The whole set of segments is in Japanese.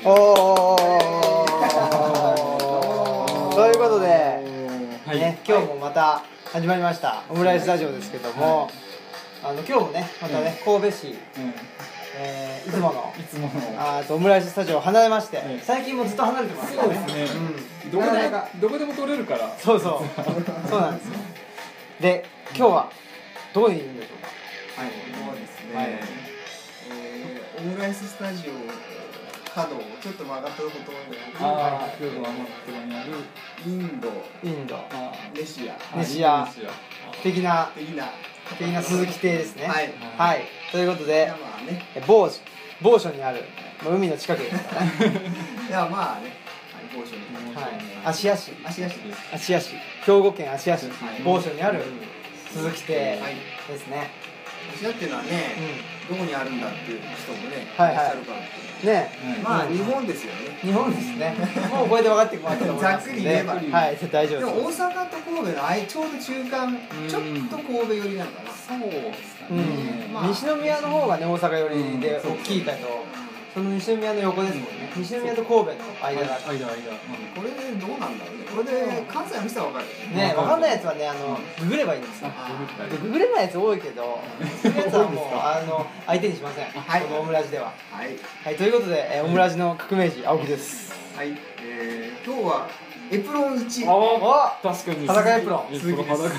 おーということで、ね、今日もまた始まりましたオムライスラジオですけども、今日もねまたね神戸市、いつものオムライススタジオを離れまして、最近もずっと離れてますよね。そうですね、 どこでも撮れるから。 そうなんですよ。で、今日はどこにいるんでしょうか。 はい、ここはですね、オムライススタジオ角をちょっと曲がったところにあるインドネシア的な鈴木亭ですね。はい、ということで、某所にある海の近くですからね。 いやまあね、某所に芦屋市、兵庫県芦屋市某所にある鈴木亭ですね。 芦屋っていうのはね、どこにあるんだっていう人もねいらっしゃるからね、 まあ日本ですよね。 日本ですね。もうこれで分かってもらったと思いますので、 ざっくり言えばはい、大丈夫です。 でも大阪と神戸のちょうど中間、ちょっと神戸寄りなのかな。 そうですかね。 西宮の方がね大阪寄りで大きいかと、その西宮の横ですもんね。西宮と神戸の間が間。 これでどうなんだろうね。これで関西の人は分かるね。分かんないやつはね、ググればいいんですよ。ググれないやつ多いけど、そういうやつはもう相手にしません。このオムラジでは。はい、ということで、オムラジの革命児青木です。 はい、今日はエプロン1。 確かに。 裸エプロン。 ですね。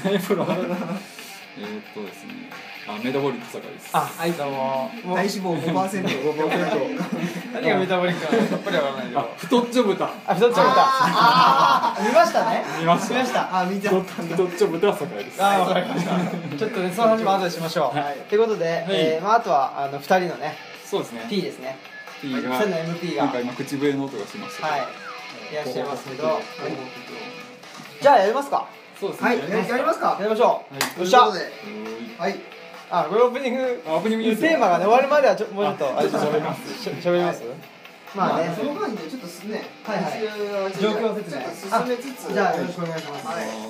メタボリック酒井です。 はい、どうも。 体脂肪 5%。 何がメタボリックなのかさっぱりわからないけど。 太っちょ豚。 太っちょ豚。見ましたね。 見ました。 見ちゃった。 太っちょ豚は酒井です。 わかりました。ちょっとね、その話も後でしましょう。ということで、あとは2人のね、 そうですね。 P ですね。 P が 1000の MP がなんか今口笛の音がしました。 はい、いらっしゃいますけど、じゃあやりますか。 そうですね。 はい、やりますか。 やりましょう。よっしゃ。はい。これオープニングテーマがね終わるまではもうちょっと喋ります。まあね、 その間にちょっとね、 状況説明進めつつ、 じゃあよろしくお願いします。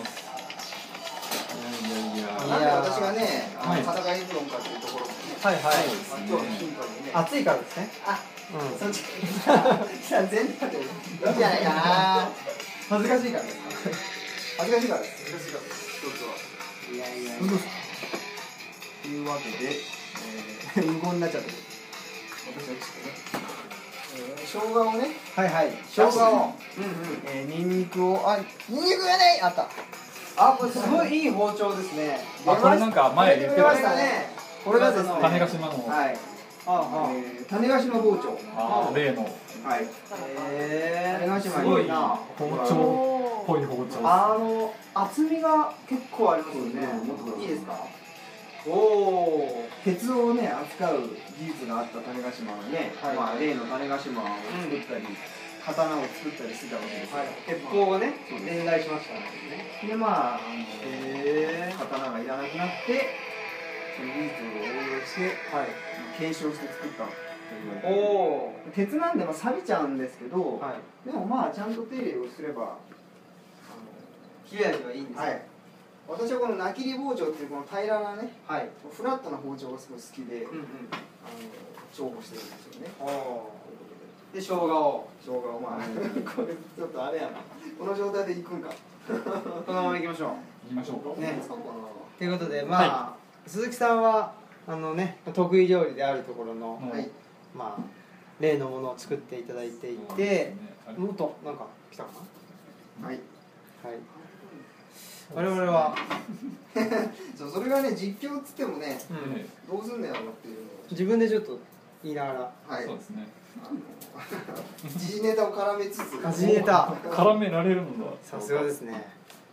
なんで私がね、裸エプロンかっていうところ、今日のヒントにね、 暑いからですね。 そっち全体でいいんじゃないかな。 恥ずかしいからですか。 恥ずかしいからです。一つは。いや。というわけで、無言になっちゃってる。私はちょっとね、生姜をね、 生姜を、 ニンニクを、ニンニクがないあった。 これすごいいい包丁ですね。 これなんか前言ってましたね。これがですね、 種子島の種子島包丁。 例の。 種子島すごいな。 包丁っぽい包丁。 厚みが結構ありますよね。 いいですか。 鉄をね扱う技術があった種子島のね、例の種子島を作ったり、刀を作ったりしてたわけですよ。 鉄砲がね伝来しましたね。 で刀がいらなくなってその技術を応用して継承して作ったというわけで、鉄なんで錆びちゃうんですけど、でもちゃんと手入れをすれば切れ味はいいんですよ。 私はこの菜切り包丁っていうこの平らなね、フラットな包丁がすごい好きで重宝してるんですよね。 で生姜をこれちょっとあれやな、この状態でいくんか。 このままいきましょう。 行きましょうかね。ということで鈴木さんは得意料理であるところの例のものを作っていただいていて、もっとなんか来たかな。我々はそれがね実況っつってもね、どうすんねやろっていうのを自分でちょっと言いながら、 そうですね。 時事ネタを絡めつつ、 時事ネタ絡められるのだ。 さすがですね。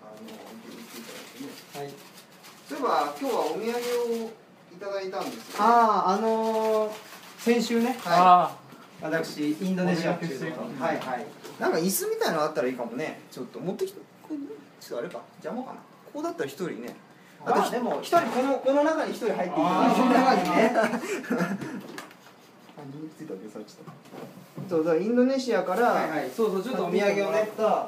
そういえば今日はお土産をいただいたんですよ。 先週ね、私インドネシアっていうのなんか椅子みたいなのあったらいいかもね。ちょっと持ってきて。ちょっとあれか、邪魔かな。こうだったら一人ね。 でも一人この中に一人入っていただいて。この中にね。そうだ、インドネシアからちょっとお土産をね、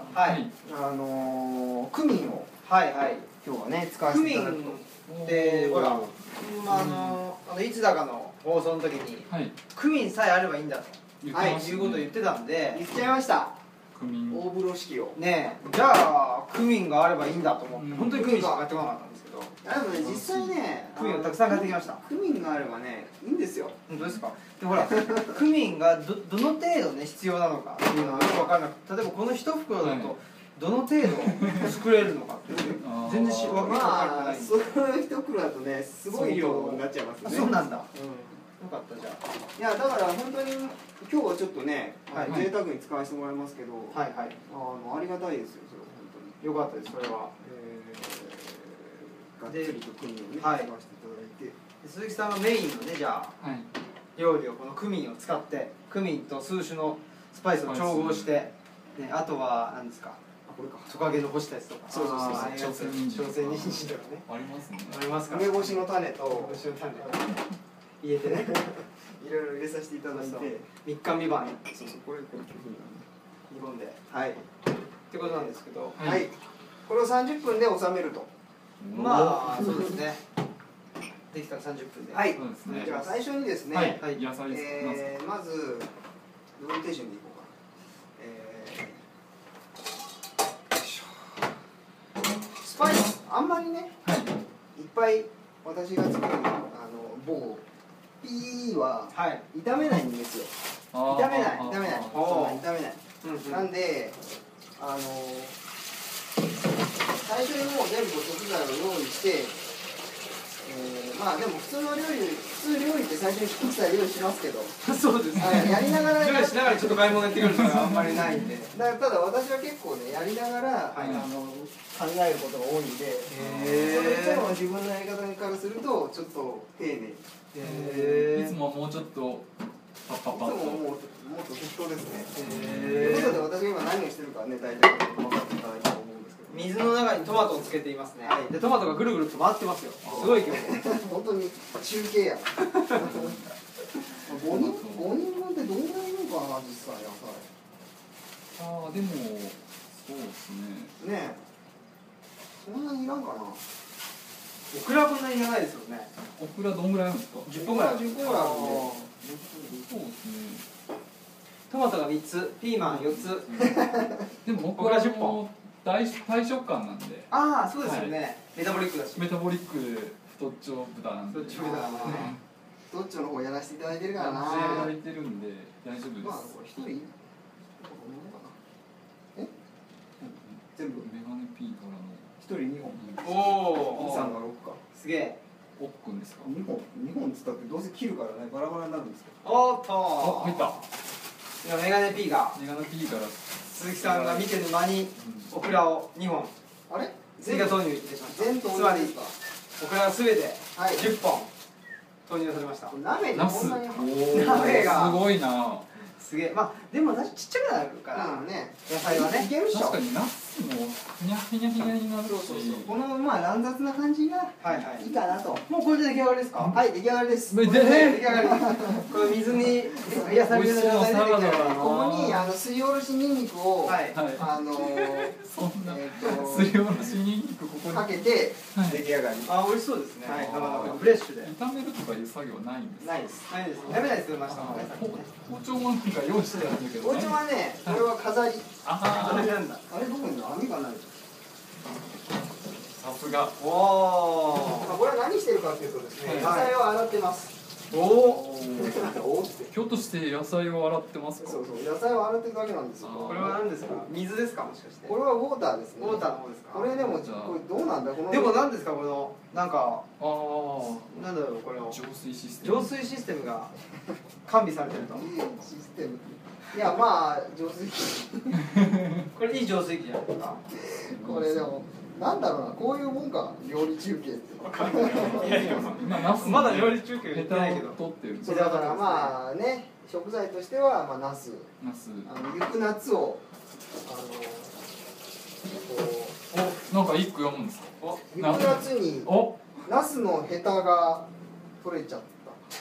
クミンを今日はね使わせていただくと。 でほら、いつだかの放送の時にクミンさえあればいいんだと。 いうことを言ってたんで、 言っちゃいました。 クミン大風呂敷を。 ねえ、じゃあクミンがあればいいんだと思って、本当にクミンしか買ってこなかったんですけど、 でもね、実際ね、 クミンをたくさん買ってきました。 クミンがあればね、いいんですよ。 本当ですか。でほら、クミンがどの程度ね必要なのかっていうのはよく分からなくて、例えばこの一袋だとどの程度作れるのかっていう全然分からない。 その一袋だとね、すごい量になっちゃいますね。 そうなんだ。よかったじゃあ。 いやだから本当に今日はちょっとね、贅沢に使わせてもらいますけど、ありがたいですよ、それは本当に。 よかったです、それは。 がっつりとクミンをね、使わせていただいて。 鈴木さんがメインのね、じゃあ料理をこのクミンを使って、クミンと数種のスパイスを調合して、あとは何ですか、これか、トカゲの干したやつとか、 そうそうそう、 朝鮮人参とかね、 ありますね。 ありますから。 梅干しの種と梅干しの種入れてね、 いろいろ入れさせていただいて、 3日3晩そうそう、これ煮込んで、はいってことなんですけど、 はい、これを30分で収めると。 まあそうですね、できたら30分で。 はい、では最初にですね、 野菜まずローテーションでいこうか。スパイスあんまりね、いっぱい私が作る某 PE は炒めないんですよ。炒めない。なんで最初にもう全部食材を用意して、まあでも普通料理って最初に食材用意しますけど、 そうですね、 やりながら料理しながらちょっと買い物やってくるのがあんまりないんで、 ただ私は結構ね、やりながら考えることが多いんで、それいつも自分のやり方からするとちょっと丁寧に。 いつももうちょっとパッパッパッと。 いつももっと適当ですね。ということで私が今何をしてるかね、大体分かっていただいたと思うんですけど、 水の中にトマトをつけていますね。でトマトがぐるぐると回ってますよ。すごい今日本当に中継や。5人分ってどんぐらいいるのかな、実際野菜。 でもそうですね。 ねえ、そんなにいらんかな。 オクラこんなにいらないですよね。 オクラどんぐらいあるんですか ？10本ぐらい。 10本ぐらいあるんで。 そうですね。 トマトが3つ、ピーマン4つ。 でもオクラ10本大食感なんで。 ああ、そうですよね。メタボリックだし。 メタボリック太っちょ豚なんで。 太っちょ豚なんで。 どっちの方やらせていただいてるからな。 やられてるんで大丈夫です。 まあこれ1人全部メガネ P からの 1人2本。 おお。 2、3が6か。 すげえ。 おっくんですか。 2本っつったってどうせ切るからね、バラバラになるんですけど。 おっと。 入った。 今メガネ P が。 メガネ P から鈴木さんが見てる間にオクラを2本。 あれ？ 追加投入いってしました。 全投入つまりですか。 オクラがすべて10本投入されました。 鍋にこんなに鍋がすごいな。 すげえ。まあでもちっちゃくなるからね、 野菜はね。 いけるっしょ。 確かにナスもふにゃふにゃふにゃになるし、 このまあ乱雑な感じがいいかなと。 もうこれで出来上がりですか？ はい、出来上がりです。 出来上がり。これ水に野菜入れた状態で出来上がり。 ここにすりおろしニンニクをそんなすりおろしニンニクここにかけて出来上がり。 あ、美味しそうですね。なかなかフレッシュで。 炒めるとかいう作業ないんですか？ ないです。 ないです。炒めないで済みましたもんね。 包丁もなんか用意してあるんだけど。 包丁はね、これは飾り。 あれなんだ。 あれどこに網がない。 さすが。 おお。 これは何してるかっていうとですね、野菜を洗ってます。 おお。 ひょっとして野菜を洗ってますか？ そうそう、野菜を洗ってるだけなんですよ。 これは何ですか？水ですか、もしかして？ これはウォーターですね。 ウォーターの方ですか？ これでもこれどうなんだこの。 でも何ですかこのなんかなんだろうこれの浄水システム。 浄水システムが完備されてると。 システム。いやまあ浄水器。 これいい浄水器じゃないですか。 これでもなんだろうな、こういうもんか、料理中継って。 わかんない。いやいやまだ料理中継言ってないけど。 そうだからまあね、食材としてはまあナス、ゆくナッツをなんか一句読むんですか？ ゆくナッツにナスのヘタが取れちゃった。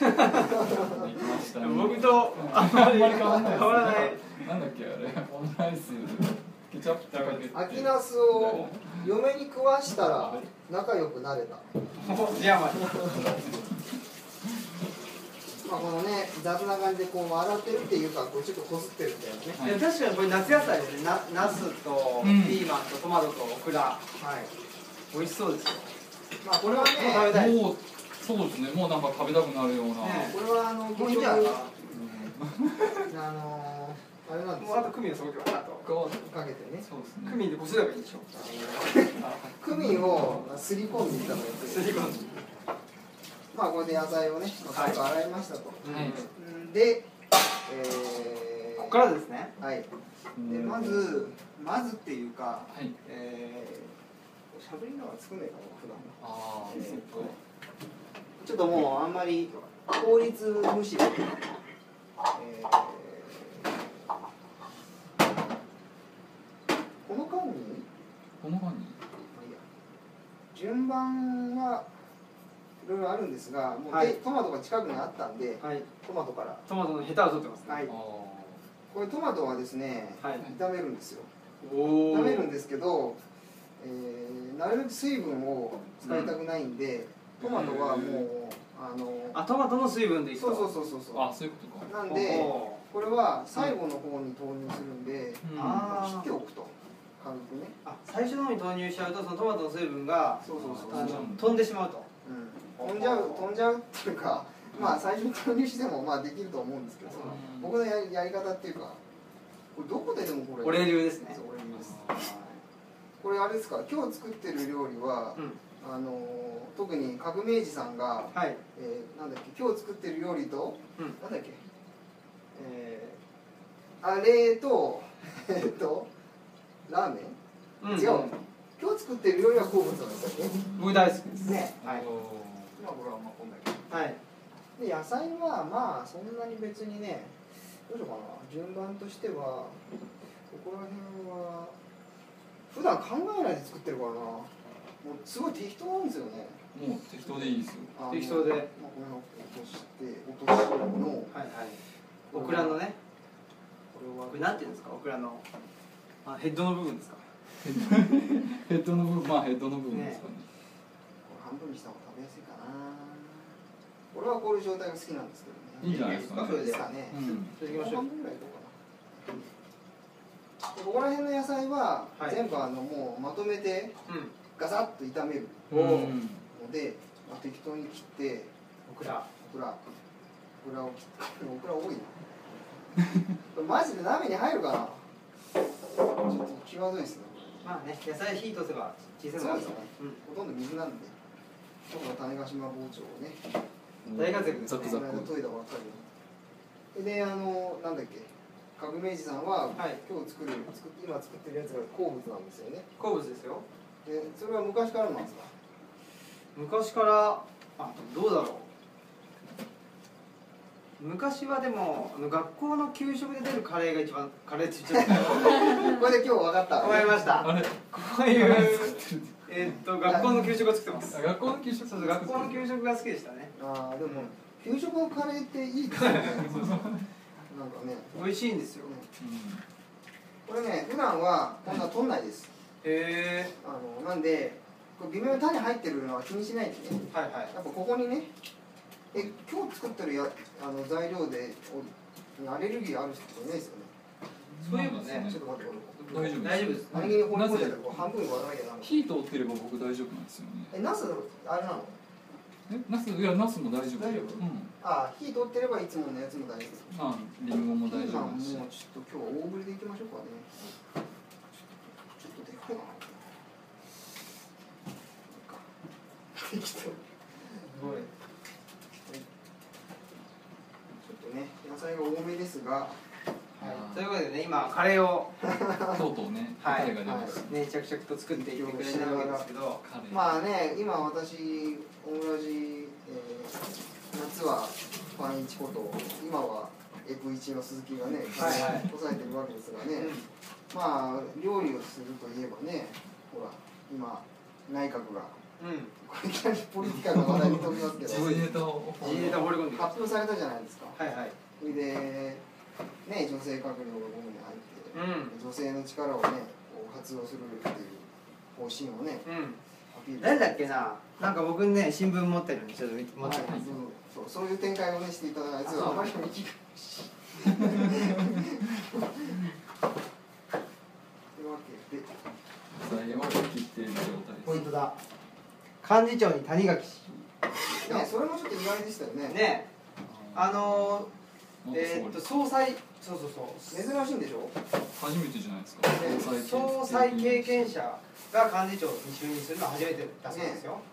僕とあんまり変わらない。 なんだっけあれ、オムライスケチャップかけて。 秋ナスを嫁に食わしたら仲良くなれた。 ジャーマン。 まあこのね雑な感じでこう洗ってるっていうかこうちょっとこすってるみたいなね。確かにこれ夏野菜ですね。ナスとピーマンとトマトとオクラ。はい。美味しそうですよ。まあこれはね食べたい。 もうそうですね。もうなんか食べたくなるような。 これはもういいんじゃないかな。あれなんですよ。もうあとクミンをそこからとかけてね。そうですね。クミンでこすればいいでしょ。クミンをすり込んでいったのよ。すり込んで。まあこれで野菜をね、軽く洗いましたと。で、ここからですね。はい。でまずっていうか、しゃべりながら作んないかな普段。ああ。ちょっともうあんまり効率無視で。この間に順番はいろいろあるんですが、もうトマトが近くにあったんで、トマトからトマトのヘタを取ってますね。はい、これトマトはですね、炒めるんですよ。炒めるんですけど、なるべく水分を使いたくないんで、トマトはもうトマトの水分でいくと。そうあ、そういうことか。なんでこれは最後の方に投入するんで、切っておくと。軽くね。最初の方に投入しちゃうとそのトマトの水分が飛んでしまうと。飛んじゃうっていうか、まあ最初に投入してもまあできると思うんですけど、僕のやり方っていうか、これどこででもこれ。俺流ですね。俺流です。これあれですか。今日作ってる料理は特に革命児さんがなんだっけ、今日作ってる料理となんだっけ、あれとラーメン？違う。今日作ってる料理は好物なんですよね。僕大好きですね。はい。今これはまあこんだけ。はい。で野菜はまあそんなに別にね、どうしようかな。順番としてはここら辺は普段考えないで作ってるからな。もうすごい適当なんですよね。 もう適当でいいですよ。 適当で。まあこれを落としのオクラのね。これなんていうんですか、オクラのヘッドの部分ですか。 ヘッドの部分、まあヘッドの部分ですかね。 半分にした方が食べやすいかな。俺はこういう状態が好きなんですけどね。 いいじゃないですか。 それですかね。それいきましょう。半分ぐらいどうかな。ここら辺の野菜は全部もうまとめてガサッと炒めるので、適当に切ってオクラを切って、オクラ多いな。マジで鍋に入るかな。ちょっと際どいですね。まあね、野菜火通せば小さくなる。ほとんど水なんで。今日は種子島包丁をね、大活躍ですね。研いだばっかりで。なんだっけ、革命児さんは今作ってるやつが好物なんですよね。好物ですよ。で、それは昔からなんですか。昔からどうだろう。昔はでも学校の給食で出るカレーが一番、カレーって言っちゃったこれで今日分かった。分かりました。こういう学校の給食を作ってます。学校の給食、そうそう、学校の給食が好きでしたね。でも給食のカレーっていいですよね。なんかね、美味しいんですよ。これね、普段はこんな取んないです。なんで微妙に種入ってるのは気にしないでね。やっぱここにね、今日作ってる材料でアレルギーある人っていないですよね。そういえばね、ちょっと待って、大丈夫です。何気に放り込んじゃったら半分割らなきゃダメ。 火通ってれば僕大丈夫なんですよね。 ナスあれなの？ ナス、いやナスも大丈夫。大丈夫？火通ってればいつものやつも大丈夫。リンゴも大丈夫ですし。もうちょっと今日大ぶりでいきましょうかね。ちょっとでかいな。できた。すごい。野菜が多めですが、ということでね、今カレーをとうとうね、 ね、着々と作っていってくれてるわけですけど、まあね、今私オムラジ夏はパンイチこと、今はエクイチの鈴木がね、抑えてるわけですがね、まあ料理をするといえばね、ほら今内閣がこれいきなりポリティカルな話題に飛びますけど、自衛隊を発表されたじゃないですか。それでね、女性閣僚が5名入って、女性の力をね活用するっていう方針をね、アピール。誰だっけな、なんか僕ね新聞持ってるんでちょっと持ってます。 そういう展開をねしていただかないとあまりに息がというわけで最後まで切っている状態です。 ポイントだ。幹事長に谷垣氏。 ね、それもちょっと意外でしたよね。 ね、総裁、そう珍しいんでしょ。 初めてじゃないですか。 総裁経験者が幹事長に就任するのは初めてだそうですよ。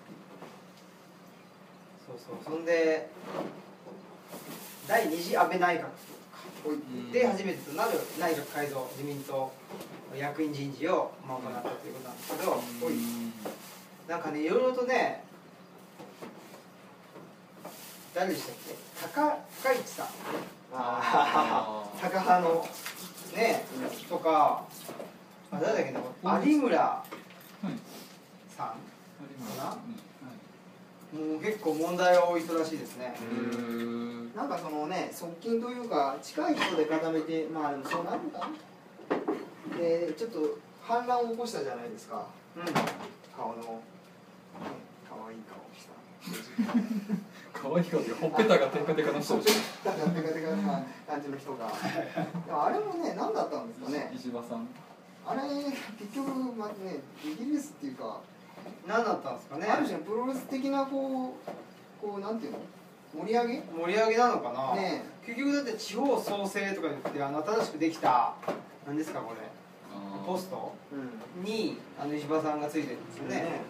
そんで第2次安倍内閣で初めてとなる内閣改造、自民党役員人事を行ったということなんですけど、なんかね、いろいろとね、誰でしたっけ、高市さん、タカ派のね、とか、誰だっけな、有村さんかな、もう結構問題が多い人らしいですね。 なんかそのね、側近というか近い人で固めて、まあでもそうなるのかな。でちょっと反乱を起こしたじゃないですか。顔の可愛い顔した。 可愛い顔でほっぺたがテカテカな人でしょ。 テカテカな感じの人が。あれもね、何だったんですかね。 石破さん。 あれ結局まあね、イギリスっていうか。 何だったんですかね。 ある種のプロレス的なこうなんていうの、盛り上げなのかな。ね、 結局だって地方創生とか言って新しくできた何ですかこれポストに石破さんがついてるんですよね。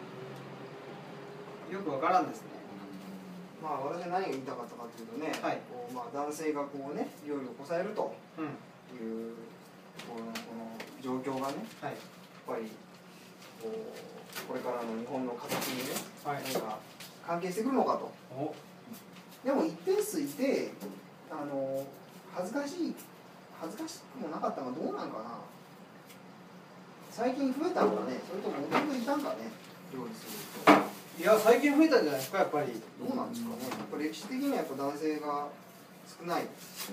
よくわからんですね。 まあ私は何が言いたかったかというとね、こうまあ男性がこうね料理をこさえるというこの状況がね、やっぱりこれからの日本の形にね、何か関係してくるのかと。でも一定数いて恥ずかしくもなかったのがどうなんかな。最近増えたのかね、それとももともといたんかね、料理する人。 いや最近増えたんじゃないですか、やっぱり。 どうなんですかね。やっぱ歴史的にはやっぱ男性が少ない。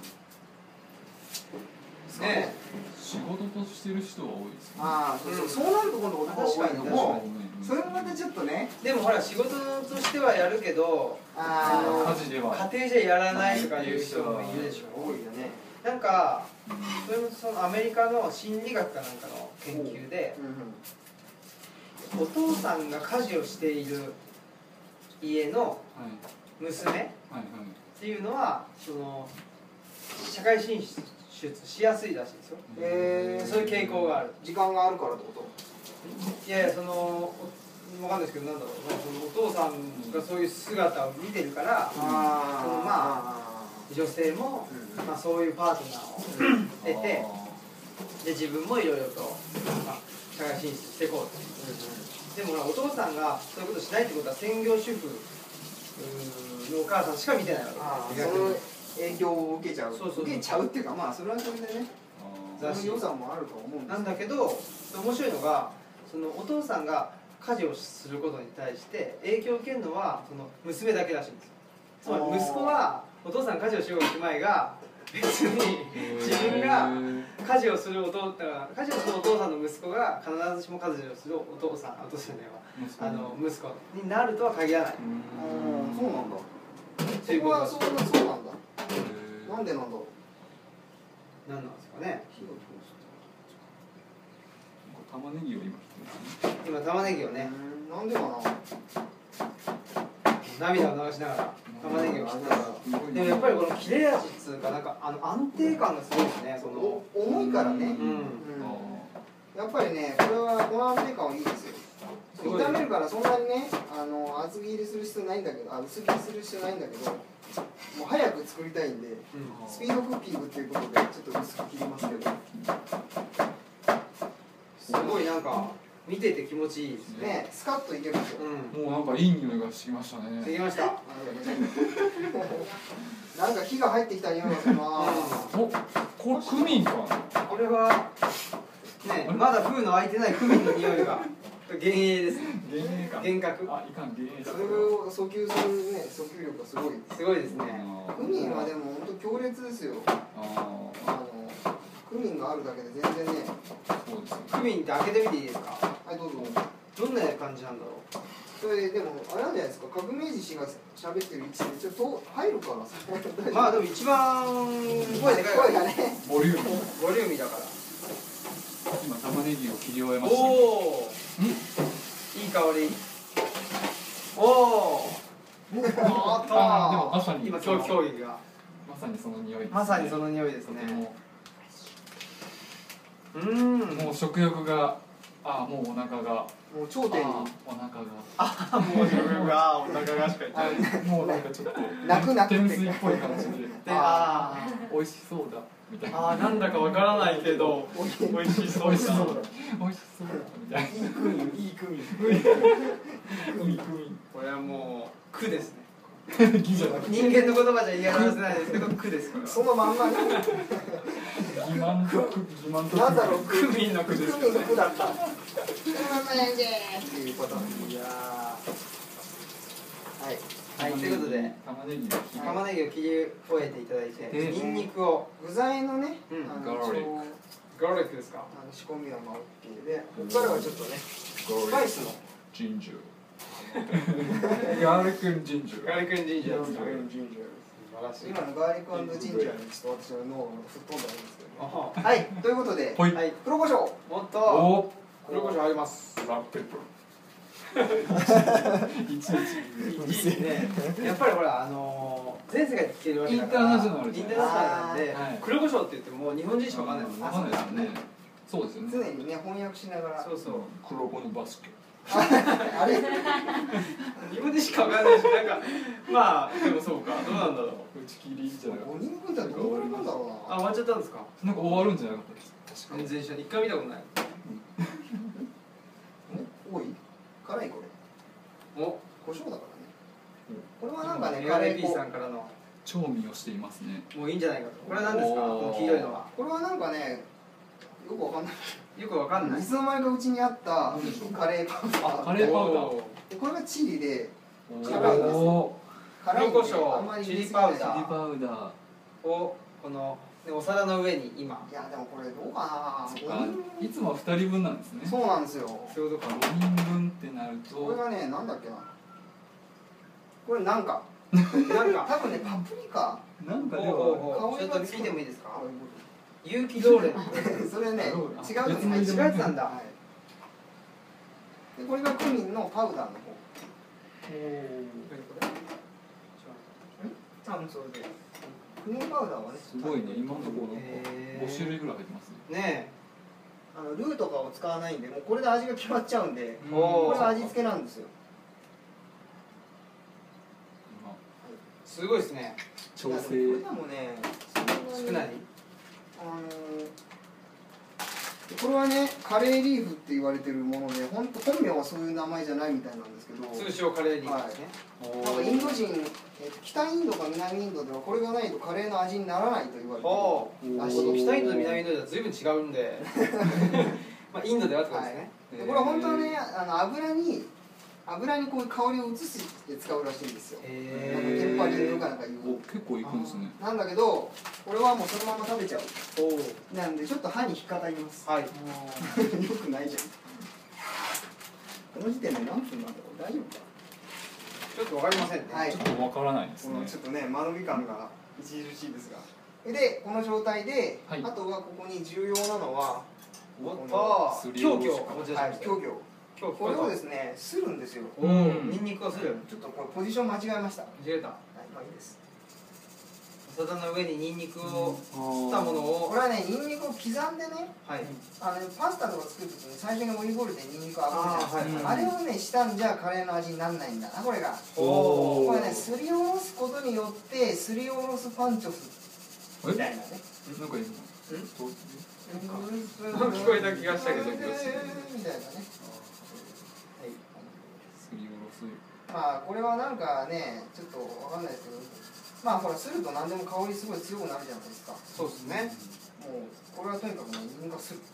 ね、 仕事としてる人は多いですね。 そうなると今度男が多いのも、それもまたちょっとね。 でもほら仕事としてはやるけど、 家事では家庭じゃやらないとかいう人もいるでしょ。 多いよね。 なんかそれもそのアメリカの心理学かなんかの研究で、お父さんが家事をしている家の娘っていうのはその社会進出しやすいらしいですよ。そういう傾向がある。 時間があるからってこと？ いやいや、そのわかんないですけど、なんだろう、そのお父さんがそういう姿を見てるから、そのまあ女性もまあそういうパートナーを得て、で自分もいろいろとまあ社会進出していこうと。でもお父さんがそういうことしないってことは専業主婦のお母さんしか見てないわけです。 その影響を受けちゃう。受けちゃうっていうか、まあそれはそれでね。その良さもあると思うんです。 なんだけど面白いのが、そのお父さんが家事をすることに対して影響を受けるのはその娘だけらしいんですよ。つまり息子はお父さん家事をしようがしまいが別に自分が家事をするお父さんの息子が必ずしも家事をするお父さんじゃないわ、息子になるとは限らない。 そうなんだ。そこはそうなんだ。なんでなんだろう。 何なんですかね。 玉ねぎを今玉ねぎをね、 なんでかな。 涙を流しながら玉ねぎを切ってた。でもやっぱりこの切れ味っつうか、なんか安定感がすごいですね。その重いからね。やっぱりね、この安定感はいいですよ。炒めるからそんなにね、厚切りする必要ないんだけど、薄切りする必要ないんだけど、もう早く作りたいんで、スピードクッキングっていうことでちょっと薄く切りますけど、 すごいなんか見てて気持ちいいですね。 スカッといけますよ。 もうなんかいい匂いがしてきましたね。 できました。 なんか火が入ってきた匂いがするな。 これクミンか。 これはね、まだ封の開いてないクミンの匂いが幻影ですね。幻覚。 それを訴求するね、訴求力がすごい。 すごいですね。 クミンはでも本当強烈ですよ。クミンがあるだけで全然ね。 クミンって開けてみていいですか。 はい、どうぞ。 どんな感じなんだろう。 それでもあれなんじゃないですか、革命児氏が喋ってる位置でちょっと入るからさ。 まあでも一番声がねボリューミーだから。 今玉ねぎを切り終えました。 おお。いい香り。おお。 でもまさに今競技がまさにその匂いですね。 まさにその匂いですね。 もう食欲がもうお腹がもう頂点にお腹がもう食欲がお腹がしか言ってない。 もうなんかちょっと泣く天水っぽい感じで美味しそうだみたいな。 なんだかわからないけど美味しそうだ美味しそうだみたいな。 いい組これはもう苦ですね。人間の言葉じゃ言い表せないですけど苦です。 そのまんまに欺瞞となんだろう、 クミンの苦ですね。 クミンの苦だった。っていうこと。いやはいということで玉ねぎを切り終えていただいて、ニンニクを具材のねガーリックですか。 仕込みはまあ OK で、ここからはちょっとねスパイスのジンジャーガーリックジンジャー今のガーリックジンジャーにちょっと私の脳が吹っ飛んだんですけど、はい、ということで黒胡椒もっと黒胡椒入ります。 ブラックペッパーいちね、やっぱりほら全世界で聞けるわけだから、インターナショナルなんで、黒胡椒って言っても日本人しかわかんないもんね。 わかんないですね。そうですよね。 常にね翻訳しながら。 そうそう。 黒子のバスケ。 あれ？ 日本人しかわかんないし、なんかまあでもそうか、どうなんだろう。 打ち切りじゃなかった。 5人分だとどう終わるんだろうな。 終わっちゃったんですか。 なんか終わるんじゃなかったですか。 全然一緒に一回見たことない。 多い？辛いこれ。お、胡椒だからね。これはなんかね、 カレー P さんからの調味をしていますね。 もういいんじゃないかと。これは何ですか？この黄色いのは。 これはなんかね、よくわかんない。 よくわかんない。 いつの間にかうちにあったカレーパウダー。 カレーパウダー。 これがチリで辛いんですよ。 黒胡椒、チリパウダーをこのお皿の上に今。 いやでもこれどうかな。いつも2人分なんですね。 そうなんですよ。 そういうことか。 5人分ってなると。 これがね、なんだっけな。これなんか多分ねパプリカ。 なんかでもちょっと聞いてもいいですか？有機ドーレそれね違うやつなんだ。でこれがクミンのパウダーの方。それでクミンパウダーはね。 すごいね、今のところ5種類ぐらい入ってますね。ルーとかを使わないんで、もうこれで味が決まっちゃうんで、これは味付けなんですよ。 すごいですね。 調整。これでもね、 少ない。 これはね、カレーリーフって言われてるもので、本名はそういう名前じゃないみたいなんですけど、 通称カレーリーフですね。 なんかインド人、北インドか南インドではこれがないとカレーの味にならないと言われてるらしい。 北インドと南インドでは随分違うんで、まあインドではってことですね。 これは本当はね、油にこういう香りを移して使うらしいんですよ。なんかテンパリングかなんかいう。 結構いくんですね。 なんだけど、これはもうそのまま食べちゃう。なんでちょっと歯に引っかかります。はい。よくないじゃん。この時点で何分なんだろう、大丈夫か。 ちょっとわかりませんね。 ちょっとわからないですね。 ちょっとね、間延び感が著しいですが。で、この状態で、あとはここに重要なのは、 凶器。 これをですね、するんですよ。 ニンニクをする。 ちょっとこれポジション間違えました。 間違えた。 はい、まあいいです。 お皿の上にニンニクをすったものを。 これはね、ニンニクを刻んでね、 はい。 パスタとか作るときに最初にオリーブオイルでニンニクを炙るじゃないですか。あれをね、したんじゃカレーの味にならないんだな、これが。これね、すりおろすことによって、すりおろすパンチョスみたいなね。 なんかいるの？聞こえた気がしたけど。みたいなね。まあこれはなんかね、ちょっとわかんないですけど、まあほらすると何でも香りすごい強くなるじゃないですか。そうですね。もうこれはとにかくね、ニンニクをする。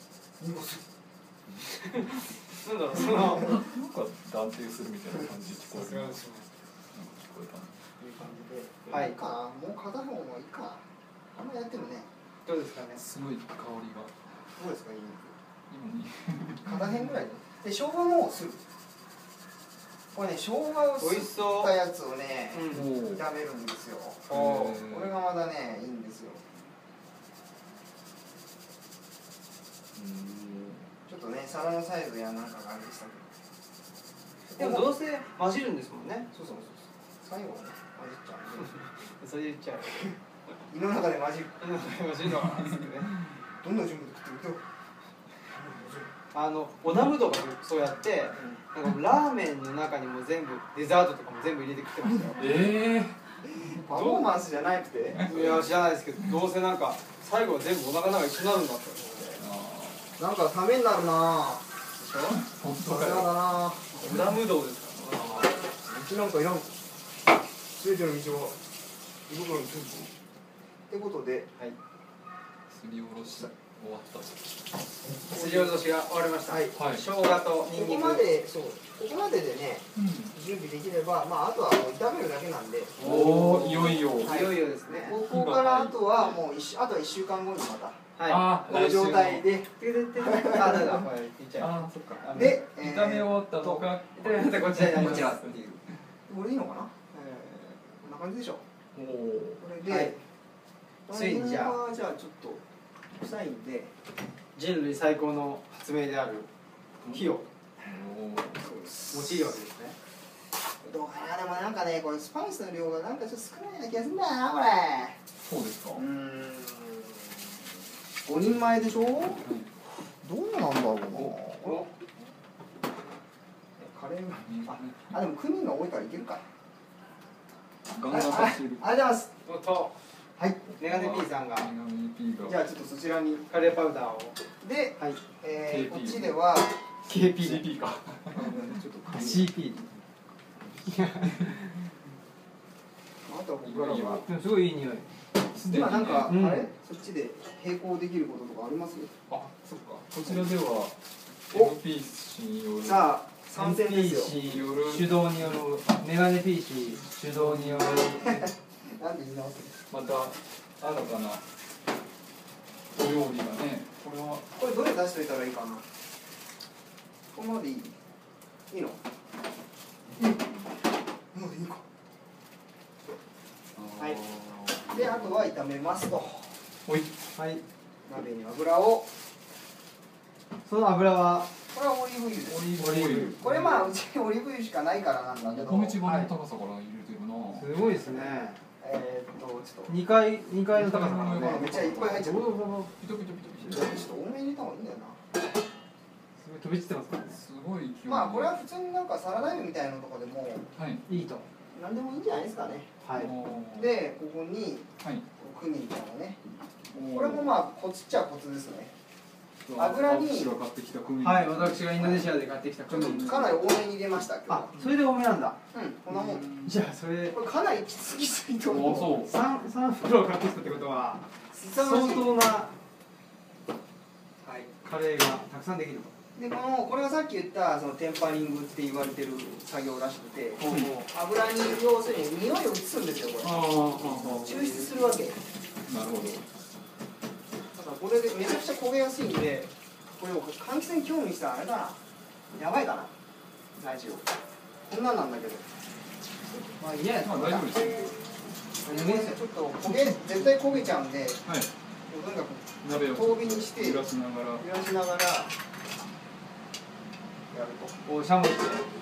なんだろう、その断定するみたいな感じで聞こえる。なんか聞こえた。 いう感じで。はい。もう片方もいいか。あんまやってもね。 どうですかね。 すごい香りが。 どうですか、ニンニク。 今に。 片辺ぐらいで。で生姜もする。 これね、生姜をすったやつをね、炒めるんですよ。これがまだね、いいんですよ。ちょっとね、皿のサイズやなんかがあれでしたけど。でもどうせ混じるんですもんね。 そう。最後はね、混じっちゃうんで。 それ言っちゃう。 胃の中で混じる。 胃の中で混じるのが好きでね。 どんな順番で食ってると。 織田無道がそうやって、なんかラーメンの中にも全部デザートとかも全部入れて食ってましたよ。 パフォーマンスじゃなくて？ いや知らないですけど、どうせなんか最後は全部お腹の中一緒になるんだって。 なんかためになるな。 でしょ？ 本当かよ。だな。 織田無道ですから。 うちなんかいらん。全ての道を胃袋にするってことで、 はい。すりおろし終わった。 すりおろしが終わりました。はい。生姜とニンニク。 ここまででね、準備できれば、まああとはもう炒めるだけなんで。 おお、いよいよ。 いよいよですね。 ここからあとはもうあとは1週間後にまた。 はい。 この状態で。 あ、だからこれ言っちゃう。 あ、そっか。 で、 炒め終わったとか、 炒め終わったこちらになります。 これでいいのかな？こんな感じでしょ。 おお。 これで、 ついにじゃあちょっと臭いんで、 人類最高の発明である火を用いるわけですね。 どうかな。でもなんかね、これスパイスの量がなんかちょっと少ないような気がするんだよな、これ。 そうですか。 5人前でしょ。どうなんだろうな。カレーがでもクミンが多いからいけるか。 ガンガン走る。 ありがとうございます。はい。 メガネ P さんが。 じゃあちょっとそちらにカレーパウダーを。 で、こっちでは KP か。 ちょっと CP。 あとはここからはすごいいい匂い。 今なんかあれそっちで並行できることとかあります？ あ、そっか。こちらでは MP 氏による。 さあ。参戦ですよ。 主導によるメガネ P 氏主導によるなんで言い直す？ また新たなお料理がね。 これどれ出しといたらいいかな。このままでいい？いいの？もういいか。はい。であとは炒めますと。 はい。 鍋に油を。 その油は。 これはオリーブ油です。 オリーブ油。 これまあうちオリーブ油しかないからなんだけど。 米粒の高さから入れてるな。 すごいですね。 ちょっと 2階の高さからね。 めっちゃいっぱい入っちゃう。 ピトピトピトピト。 ちょっと多めに入れた方がいいんだよな。 すごい飛び散ってますからね。 すごい勢い。 まあこれは普通になんかサラダ油みたいなのとかでもいいと。 何でもいいんじゃないですかね。 はい。 でここにクミンとかね。これもまあコツっちゃコツですね。油にはい、私がインドネシアで買ってきたクミンかなり多めに入れました。 あ、それで多めなんだ。 こんなもん。 じゃあそれこれかなりきつぎすぎと思う。 3袋買ってきたってことは相当なカレーがたくさんできると。 でこれがさっき言ったそのテンパリングって言われてる作業らしくて、油に要するに匂いを移すんですよこれ。抽出するわけ。 なるほど。 これでめちゃくちゃ焦げやすいんで、これも換気扇興味したらあれだな、やばいかな、大丈夫。こんなんなんだけど。 まあいや、 大丈夫ですよ。 ちょっと絶対焦げちゃうんで、 はい。 とにかく鍋を遠火にして揺らしながらやると。しゃもじで。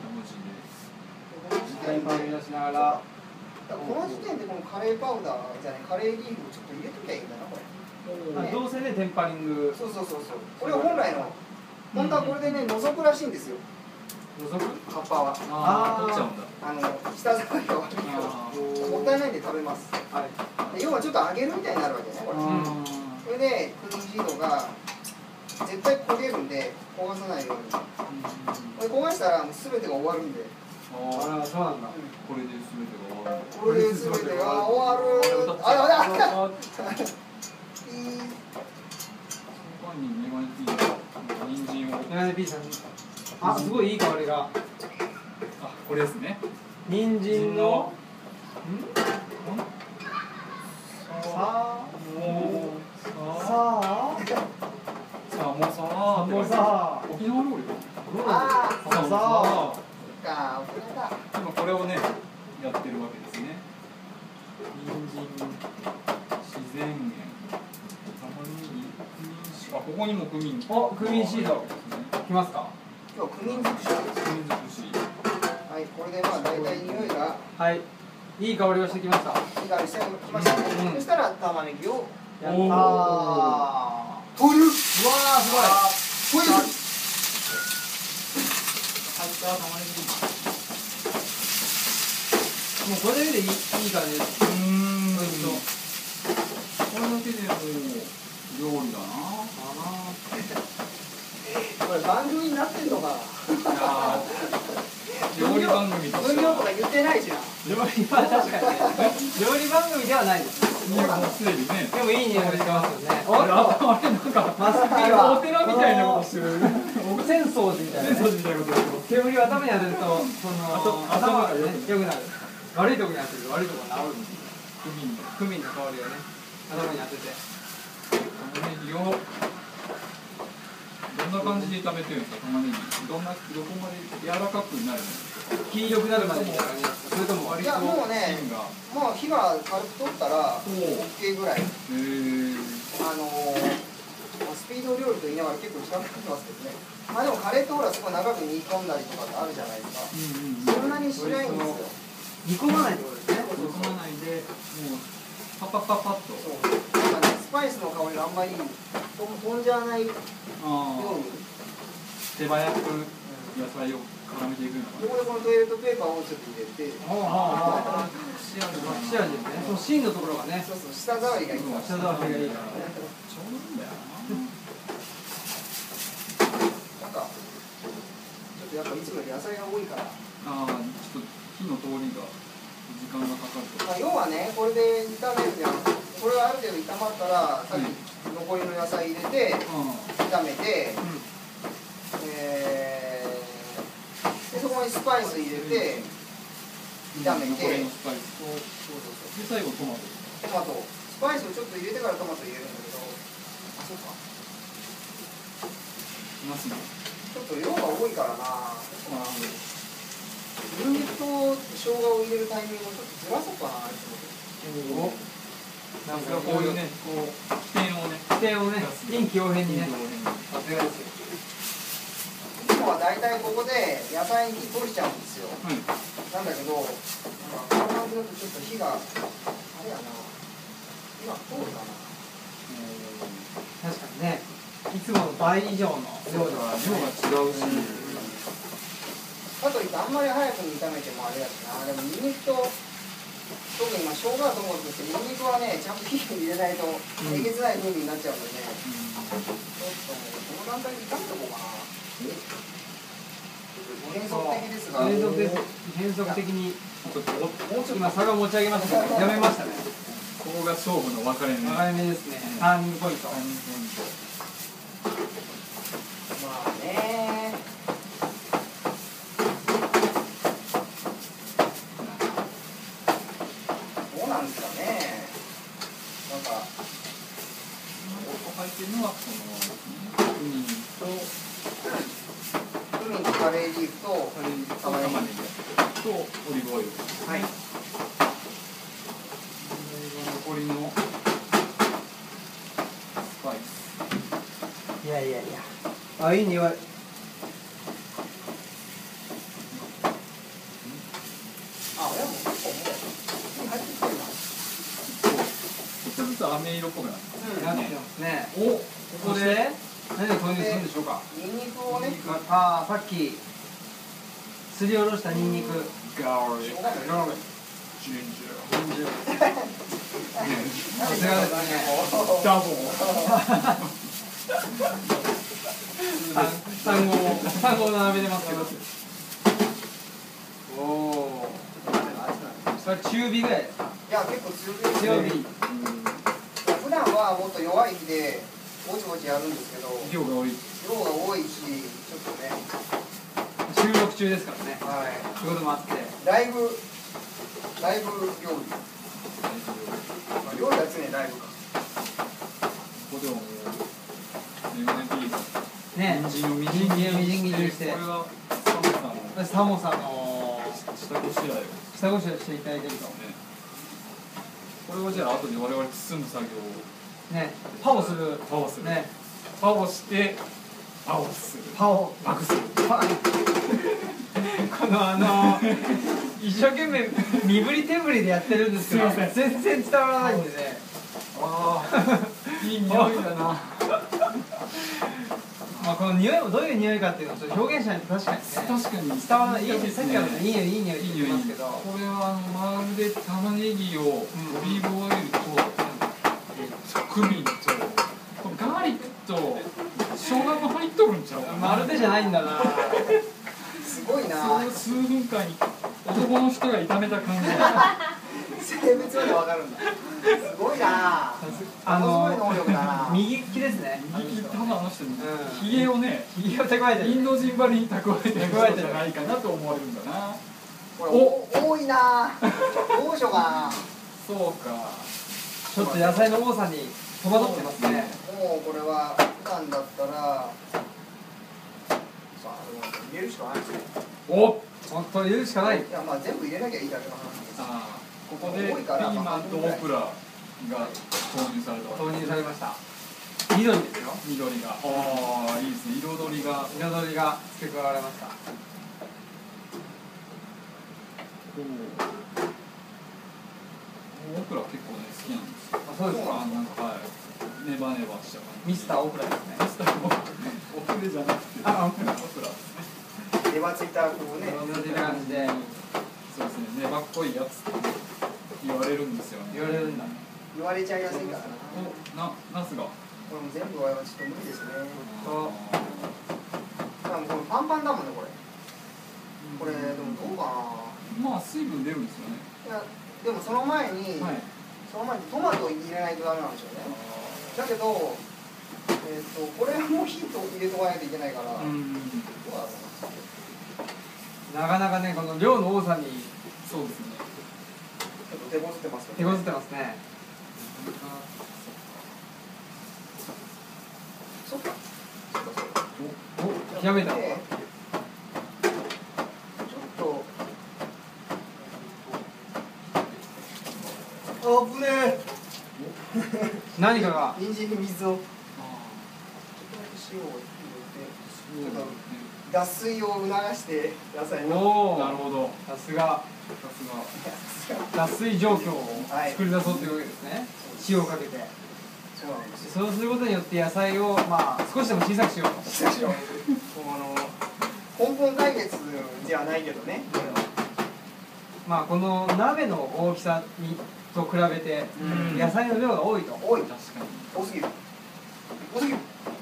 フライパン揺らしながら。 この時点でこのカレーパウダーじゃね、カレーリーフをちょっと入れときゃいいんだなこれ。 どうせねテンパリング。 そう。これは本来の本当はこれでね覗くらしいんですよ。 覗く？ 葉っぱは。 取っちゃうんだ。 舌触りが悪いけどもったいないんで食べます。要はちょっと揚げるみたいになるわけねこれ。それでクミンシードが絶対焦げるんで焦がさないように。これ焦がしたら全てが終わるんで。 ああ、そうなんだ。 これで全てが終わる。 これで全てが終わる。 メガネ P さん。あ、すごいいい香りが。 あ、これですね。 人参の。 沖縄料理か。 ああ、そうか、沖縄だ。 これをねやってるわけですね。人参、自然塩、玉ねぎ、クミンシード。あ、ここにもクミン。 クミンシードきますか。 今日クミン尽くしなんです。 クミン尽くし。 はい、これでまあ大体匂いがはいいい香りをしてきました。 いい香りしてきましたね。そしたら玉ねぎをやったー。 投入。うわーすごい。 投入。 入った玉ねぎ。 もうこれだけでいい感じです。 これだけでもう料理だな。 これ番組になってんのかな。 料理番組として分量とか言ってないじゃん。 料理は確かにね。料理番組ではないです。 もうすでにね。 でもいい匂いがしてますよね。 あれなんかマスピーはお寺みたいなことしてる。 浅草寺みたいなね。 みたいなことしてる。 煙を頭に当てると頭がね良くなる。悪いとこに当てると悪いところに治るんですよ。クミンの香りがね頭に当てて。 玉ねぎをどんな感じで炒めてるんですか。玉ねぎどこまで柔らかくなるんですか。 黄色くなるまでですかね。それとも割といやもうね芯がもう火が軽く通ったら OK ぐらい。スピード料理と言いながら結構時間かかってますけどね。まあでもカレーってほらすごい長く煮込んだりとかってあるじゃないですか。そんなにしないんですよ。 煮込まないってことですね。 煮込まないでもうパパパパッと。 そうなんかねスパイスの香りがあんまり飛んじゃわないように。 手早く野菜を絡めていくのかな。 ここでこのトイレットペーパーをちょっと入れて。 隠し味ですね。その芯のところがね。 そうそう舌触りがいいから。 舌触りがいいから。 ちょうどいいんだよなんかちょっとやっぱいつもより野菜が多いから。 な。ちょっと火の通りが時間がかかると。 まあ要はねこれで炒めるじゃん。これがある程度炒まったらさっき残りの野菜入れて炒めて。でそこにスパイス入れて炒めて、 で最後トマト。 スパイスをちょっと入れてからトマト入れるんだけど、あ、そうか。 ナスもちょっと量が多いからな。ニンニクと生姜を入れるタイミングをちょっとずらそうかなと思って。 なんかこういうね、こう起点をね、 臨機応変にね。 いつもは大体ここで野菜に火通しちゃうんですよ。なんだけど、この感じだとちょっと火があれやな。今通るかな。 確かにね。いつもの倍以上の量が違うし。 かといってあんまり早くに炒めてもあれやしな。でもニンニクと特に今生姜だと思うんですけど、ニンニクはねちゃんと火を入れないとえげつない風味になっちゃうんでね。ちょっとねこの段階で炒めとこうかな。変則的ですが。 変則的に今差が持ち上げましたけどやめましたね。 ここが勝負の分かれ目。 分かれ目ですね。ターニングポイント。 まあね。どうなんですかね。なんか入ってるのはこのクミンとカレーリーフと玉ねぎとオリーブオイル。 はい。 残りのスパイス。 いや。あ、いい匂い。 あ、俺も結構もう入ってきてるな。 ちょっとずつ飴色っぽくなってますね。 お、ここで何を投入するんでしょうか。 ニンニクをね。 さっきすりおろしたニンニク。 ガーリック。ジンジャー。 さすがですね。 ダボ。 単語を並べてますけど。おお。それ中火ぐらいですか。 いや結構強火。普段はもっと弱い火でぼちぼちやるんですけど。 量が多いしちょっとね。 収録中ですからね。 はい。 そういうこともあって。 ライブ料理。料理は常にライブか。 ここでももうね、 人参をみじん切りにして、これがサモサのチ下ごしらえを下ごしらえしていただいてると、 これをじゃあ後で我々包む作業をね、パオするね、パオしてパオするパクするこの一生懸命身振り手振りでやってるんですけど全然伝わらないんでね。 ああいい匂いだなまあこの匂いもどういう匂いかっていうのをちょっと表現しないと確かにね伝わらない。さっきからいい匂いいい匂いって言ってますけど、 これはまるで玉ねぎをオリーブオイルとクミンとガーリックと生姜も入っとるんちゃうかな。 まるでじゃないんだな。 すごいな。 それを数分間に男の人が炒めた感じ性別までわかるんだ。すごいな。能力だな。 右利きですね。 右利き、多分あの人にひげをね、 ひげを蓄えてる。 インド人ばりに蓄えてる人じゃないかなと思われるんだな。 多いな。どうしようかな。 そうか。 ちょっと野菜の多さに戸惑ってますね。 もうこれは普段だったら入れるしかないですね。 本当入れるしかない。 いやまあ全部入れなきゃいいだけの話です。 ここでピーマンとオクラが投入された。 投入されました。緑ですよ。 緑が。ああいいですね。彩りが付け加われました。 オクラ結構ね好きなんですよ。 あ、そうですか。 なんかはいネバネバした感じ。 ミスターオクラですね。 ミスターオクラじゃなくて。 あ、オクラ。 ネバついたこうね。 ネバついた感じで。 そうですね。ネバっぽいやつって言われるんですよね。 言われるんだ。 言われちゃいやすいからな。ナスが。 これも全部はちょっと無理ですね。このパンパンだもんねこれ。これでもどうかな。まあ水分出るんですよね。 いやでもその前にトマトを入れないとダメなんですよね。だけどこれも火と入れとかないといけないから。どうだろうな。なかなかねこの量の多さに。 そうですね。 ちょっと手こずってますね。 手こずってますね。 そっか。 お、ひらめいた。 あぶねえ。 何かが人参に水をちょっとだけ塩を入れて脱水を促して野菜の。 なるほど。 さすが脱水状況を作り出そうというわけですね。塩をかけて。 そうなんです。 そうすることによって野菜をまあ少しでも小さくしようと。 小さくしよう。根本解決ではないけどね。 まあこの鍋の大きさにと比べて野菜の量が多いと。 多い。 確かに。 多すぎる。多すぎる。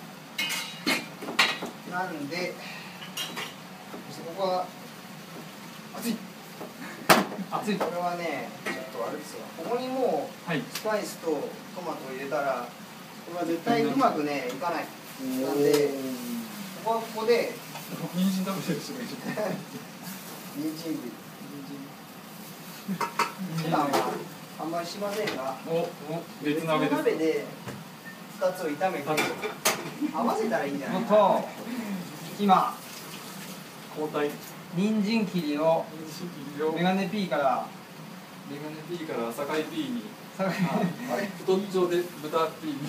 なんでここは熱い。 熱い。 これはねちょっとあれですよ。ここにもうスパイスとトマトを入れたらこれは絶対うまくねいかない。なんでここで人参食べてる人がいる。 人参類。普段はあんまりしませんが、 別鍋で2つを炒めて合わせたらいいんじゃないかな。 今交代。 人参切りをメガネ P から酒井 P に太っちょで豚 P に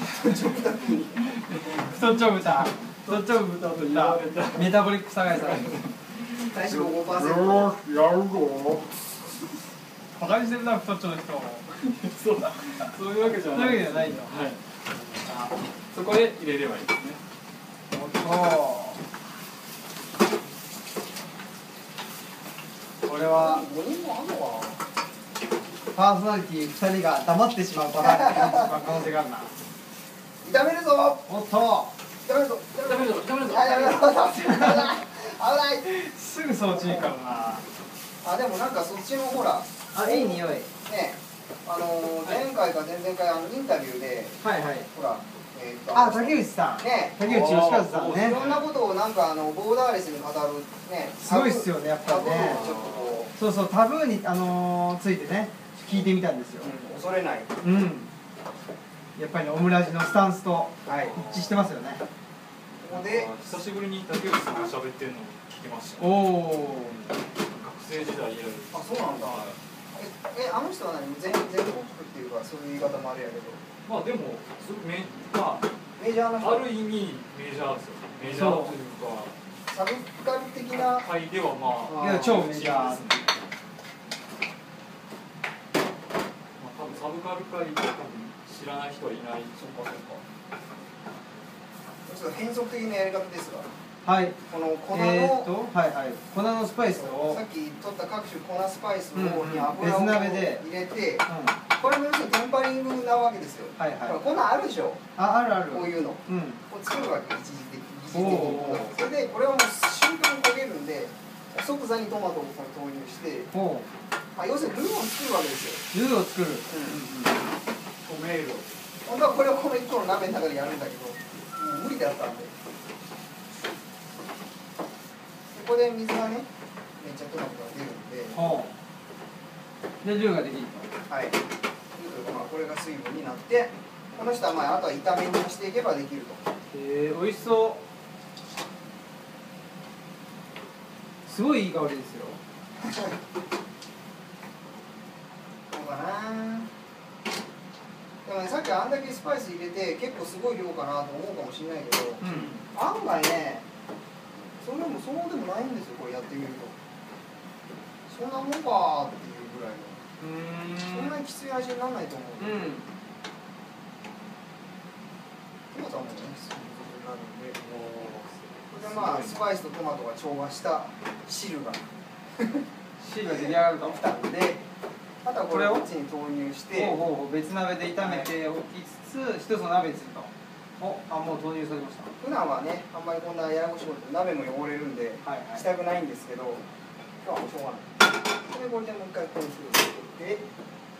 太っちょ豚と言われたメタボリック酒井さん体脂肪 5%。 やるぞ。 バカにしてるな太っちょの人。 そういうわけじゃない。 そういうわけじゃないんだ。 はい。そこで入れればいいですね。 これはパーソナリティ2人が黙ってしまうパターンの可能性があるな。 炒めるぞ。 おっと。 炒めるぞ。 炒めるぞ。 危ない。 すぐそっち行くからな。 あでもなんかそっちのほら。 あいい匂い。 ね前回か前々回インタビューでほら。 竹内さん。 ね。 竹内義和さんね。 いろんなことをなんかボーダーレスに語るね。 すごいっすよねやっぱりね。そうそうタブーについてね聞いてみたんですよ。 恐れない。 やっぱりオムラジのスタンスと一致してますよね。 久しぶりに竹内さんが喋ってるのを聞きました。 おお。 学生時代以来です。 あ、そうなんだ。あの人は何全国っていうかそういう言い方もあるやけど。 まあでもメジャーな人。 ある意味メジャーですよ。メジャーというか。 サブカル的な。 界ではまあ。 超メジャーですね。 多分サブカル界で多分知らない人はいない。そうか。 ちょっと変則的なやり方ですが。 はい。 この粉の、 粉のスパイスをさっき取った各種粉スパイスをに油を別鍋で入れて、これも要するにテンパリングなわけですよ。粉あるでしょ。 ある。 こういうの。こう作るわけ、一時的に。それでこれはもう瞬間に焦げるんで、即座にトマトを投入して、要するにルーを作るわけですよ。 ルーを作る。 トメイロ。 本当はこれをこの1個の鍋の中でやるんだけど、無理だったんで。ここで水がね、めっちゃトマトが出るんで、ルーができると。はい。これが水分になって、この人はあとは炒め煮していけばできると。 美味しそう。すごいいい香りですよ。 どうかな。でもね、さっきあんだけスパイス入れて結構すごい量かなと思うかもしれないけど、案外ね、そうでもないんですよ、これやってみると。そんなもんかーっていうぐらいの。そんなにきつい味にならないと思う。トマトもね、そういうことになるんで、これでスパイスとトマトが調和した汁が出来上がるときたんで、あとはこれをこっちに投入して、 別鍋で炒めておきつつ、一つの鍋にすると。もう投入されました。 普段はね、あんまりこんなややこしいこと鍋も汚れるんで、したくないんですけど、今日はもうしょうがない。これでもう一回こういうふうにして、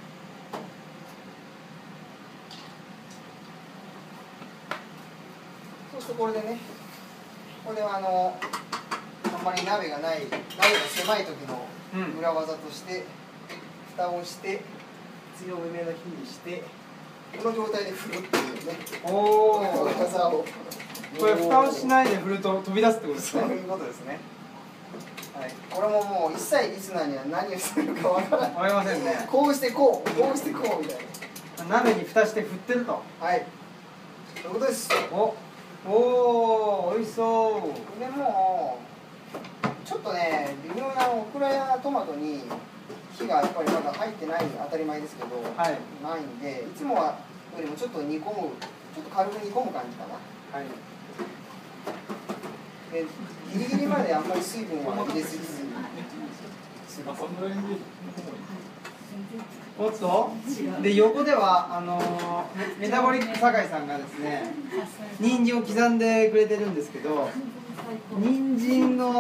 そうするとこれでね、これはあんまり鍋が狭い時の裏技として、蓋をして強めの火にして、この状態で振るっていうね。技を。 これ蓋をしないで振ると飛び出すってことですね。 そういうことですね。はい。これももう一切リスナーには何をしてるかわからない。 わかりませんね。 こうしてこうみたいな。鍋に蓋して振ってると。 はい。そういうことです。 美味しそう。 でもちょっとね、微妙なオクラやトマトに火がやっぱりまだ入ってない、当たり前ですけど、ないんで、いつもはよりもちょっと煮込む、ちょっと軽く煮込む感じかな。でギリギリまであんまり水分は入れすぎずに。 おっとで横ではメタボリック酒井さんがですね、人参を刻んでくれてるんですけど、人参が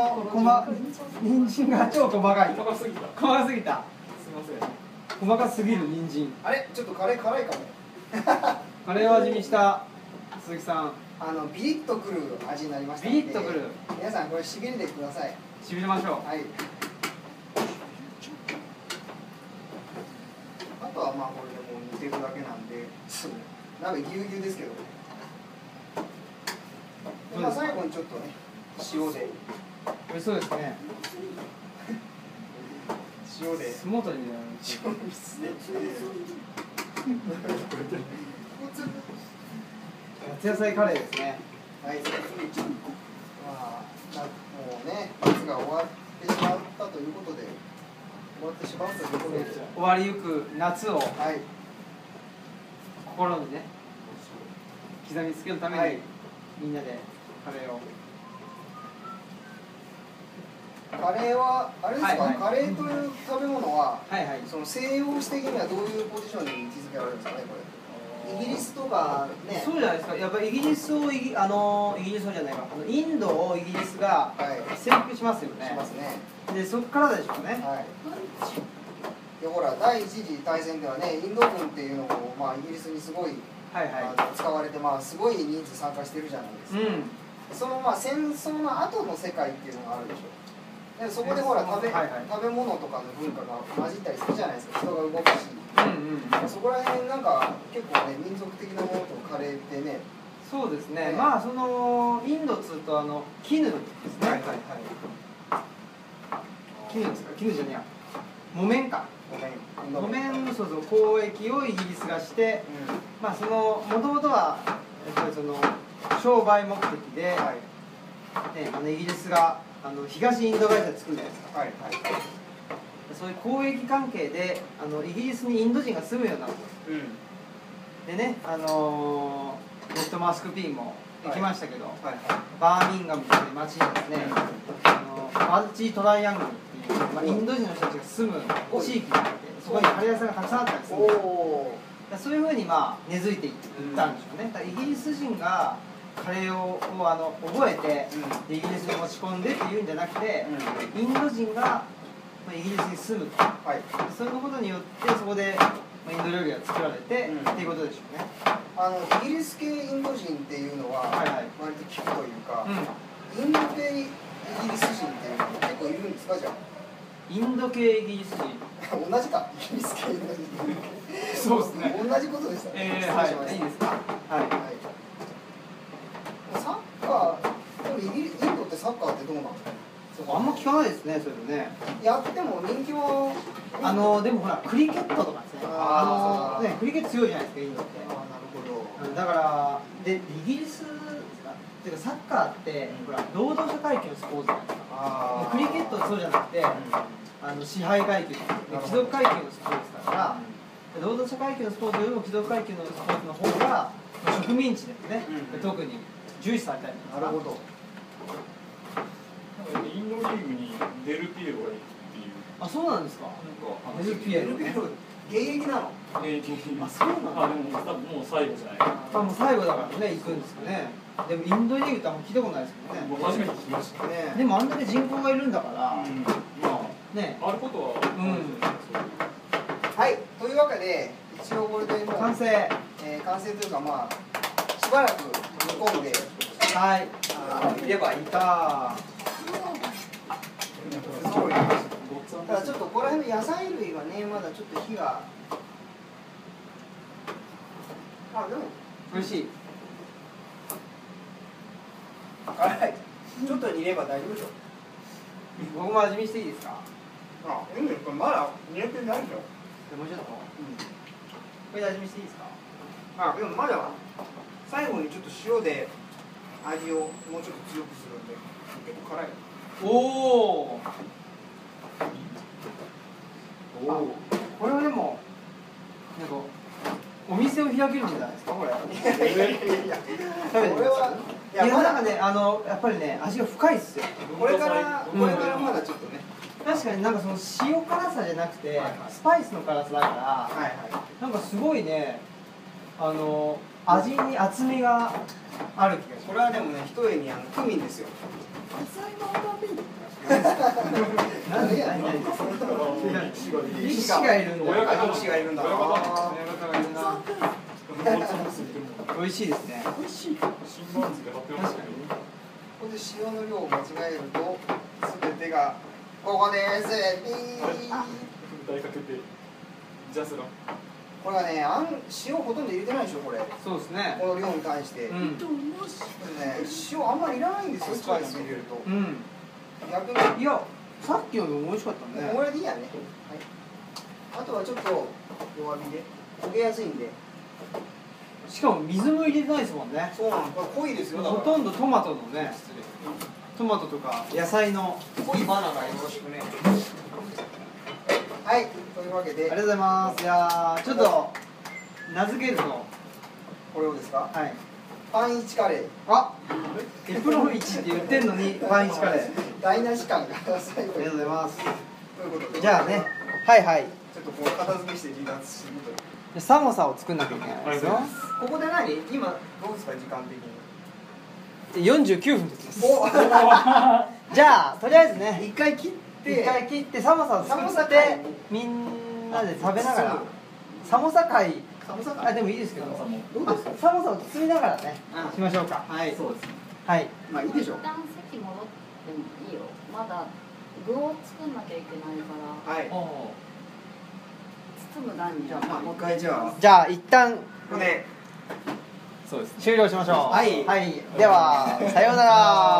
超細かい。細かすぎた。すみません。細かすぎる人参。 あれ、ちょっとカレー辛いかも。 カレーを味見した鈴木さん。 ビリッとくる味になりましたので。ビリッとくる。皆さんこれしびれてください。 しびれましょう。 はい。あとはこれでもう煮ていくだけなんで、鍋ぎゅうぎゅうですけど。最後にちょっとね、塩で。 美味しそうですね。 塩で。 スモートにね。 塩ですね。 夏野菜カレーですね。 はい。もうね、夏が終わってしまったということで、 終わりゆく夏を心にね、刻みつけるために、みんなでカレーを。 カレーはあれですか、カレーという食べ物は、その西洋史的にはどういうポジションに位置づけられるんですかね、これ。イギリスとかね。 そうじゃないですか。やっぱりイギリスをイギリスじゃないか、インドをイギリスが征服しますよね。 しますね。 でそこからでしょうね。 でほら第一次大戦ではね、インド軍っていうのもイギリスにすごい使われてすごい人数参加してるじゃないですか。その戦争の後の世界っていうのがあるでしょ。でそこでほら食べ物とかの文化が混じったりするじゃないですか。人が動くし。そこら辺なんか結構ね、民族的なものとカレーってね。 そうですね。そのインドっつうと絹ですね。 絹ですか、絹じゃねえや、木綿か、木綿のそうそう交易をイギリスがして、まあそのもともとはその商売目的で、ね、イギリスが東インド会社作るじゃないですか、そういう交易関係でイギリスにインド人が住むようになった、でね、ネットマスクピンも行きましたけど、バーミンガムという町にですね、バッジトライアングルっていう、まあ、インド人の人たちが住む地域があって、そこにカレー屋さんがたくさんあったりするんですよ。そういうふうにまあ根付いていったんでしょうね。だからイギリス人がカレーを覚えて、イギリスに持ち込んでっていうんじゃなくて、インド人がイギリスに住むと、そういうことによってそこでインド料理が作られて、っていうことでしょうね。 イギリス系インド人っていうのは割と聞くというか、インド系イギリス人っていうのは結構いるんですか？じゃあインド系イギリス人同じか、イギリス系インド人そうですね、 同じことでしたね。 いいですか。 サッカー、インドってサッカーってどうなの？ あんま聞かないですね、そういうのね。 やっても人気はでもほらクリケットとかですね、クリケット強いじゃないですか、インドって。 なるほど。 だからでイギリスっていうかサッカーってほら労働者階級のスポーツじゃないですか。クリケットはそうじゃなくて、支配階級、貴族階級のスポーツだから、労働者階級のスポーツよりも貴族階級のスポーツの方が植民地ですね、特に重視されたり。 なるほど。 インドリーグにデルピエロがいるっていう。 あ、そうなんですか。デルピエロ。 現役なの？ 現役。 あ、そうなんだ。 でも多分もう最後じゃないかな。 もう最後だからね、行くんですかね。でもインドリーグってあんま聞いたことないですもんね。 初めて聞きましたね。 でもあんだけ人口がいるんだから、まあね。 あることは。 はい、というわけで一応これでもう完成。 完成というかまあしばらく煮込んで、いればいいか。ただちょっとここら辺の野菜類はねまだちょっと火がでも美味しい。 辛い。ちょっと煮れば大丈夫でしょ。 僕も味見していいですか？ いいんですか？まだ煮えてないでしょ。 もうちょっとこれで味見していいですか？ でもまだ最後にちょっと塩で味をもうちょっと強くするんで結構辛い。 お。これはでもなんかお店を開けるんじゃないですかこれ。これはいやなんかねやっぱりね味が深いっすよ。 これからまだちょっとね。 確かになんかその塩辛さじゃなくてスパイスの辛さだからなんかすごいね味に厚みがある気がします。 これはでもね一重にクミンですよ。 何力士がいるんだ。 親方力士がいるんだ。 美味しいですね。 美味しい。新番付で発表したけど。 ここで塩の量を間違えると全てがここです。 大かけてジャスラ。 これはね塩ほとんど入れてないでしょこれ。 そうですね。 この量に対して。塩あんまりいらないんですよスパイス入れると。逆にいやさっきよりも美味しかったね。 これでいいやね。あとはちょっと弱火で焦げやすいんで。 しかも水も入れてないですもんね。 そうなの。これ濃いですよ。 ほとんどトマトのね、トマトとか野菜の濃いバナナよろしくね。はい、というわけでありがとうございます。いやちょっと名付けるとこれをですか？ はい。 パンイチカレー。 エプロン1って言ってんのにパンイチカレー。 台無し感が最後に。 ありがとうございます。 ということで。 じゃあね、はいはい。 ちょっとこう片付けして離脱するという。 サモサを作んなきゃいけないですよ。 ここで何？今どうですか時間的に ？49分です。じゃあとりあえずね、一回切ってサモサを作ってみんなで食べながらサモサ会でもいいですけど、どうですか？サモサを包みながらねしましょうか。 はい。そうです。 はい。 まあいいでしょう。 一旦席戻ってもいいよ。まだ具を作んなきゃいけないから。 はい。 包む段に。 じゃあもう一回じゃあ一旦これそうです。終了しましょう。 はい。 はい。ではさようなら。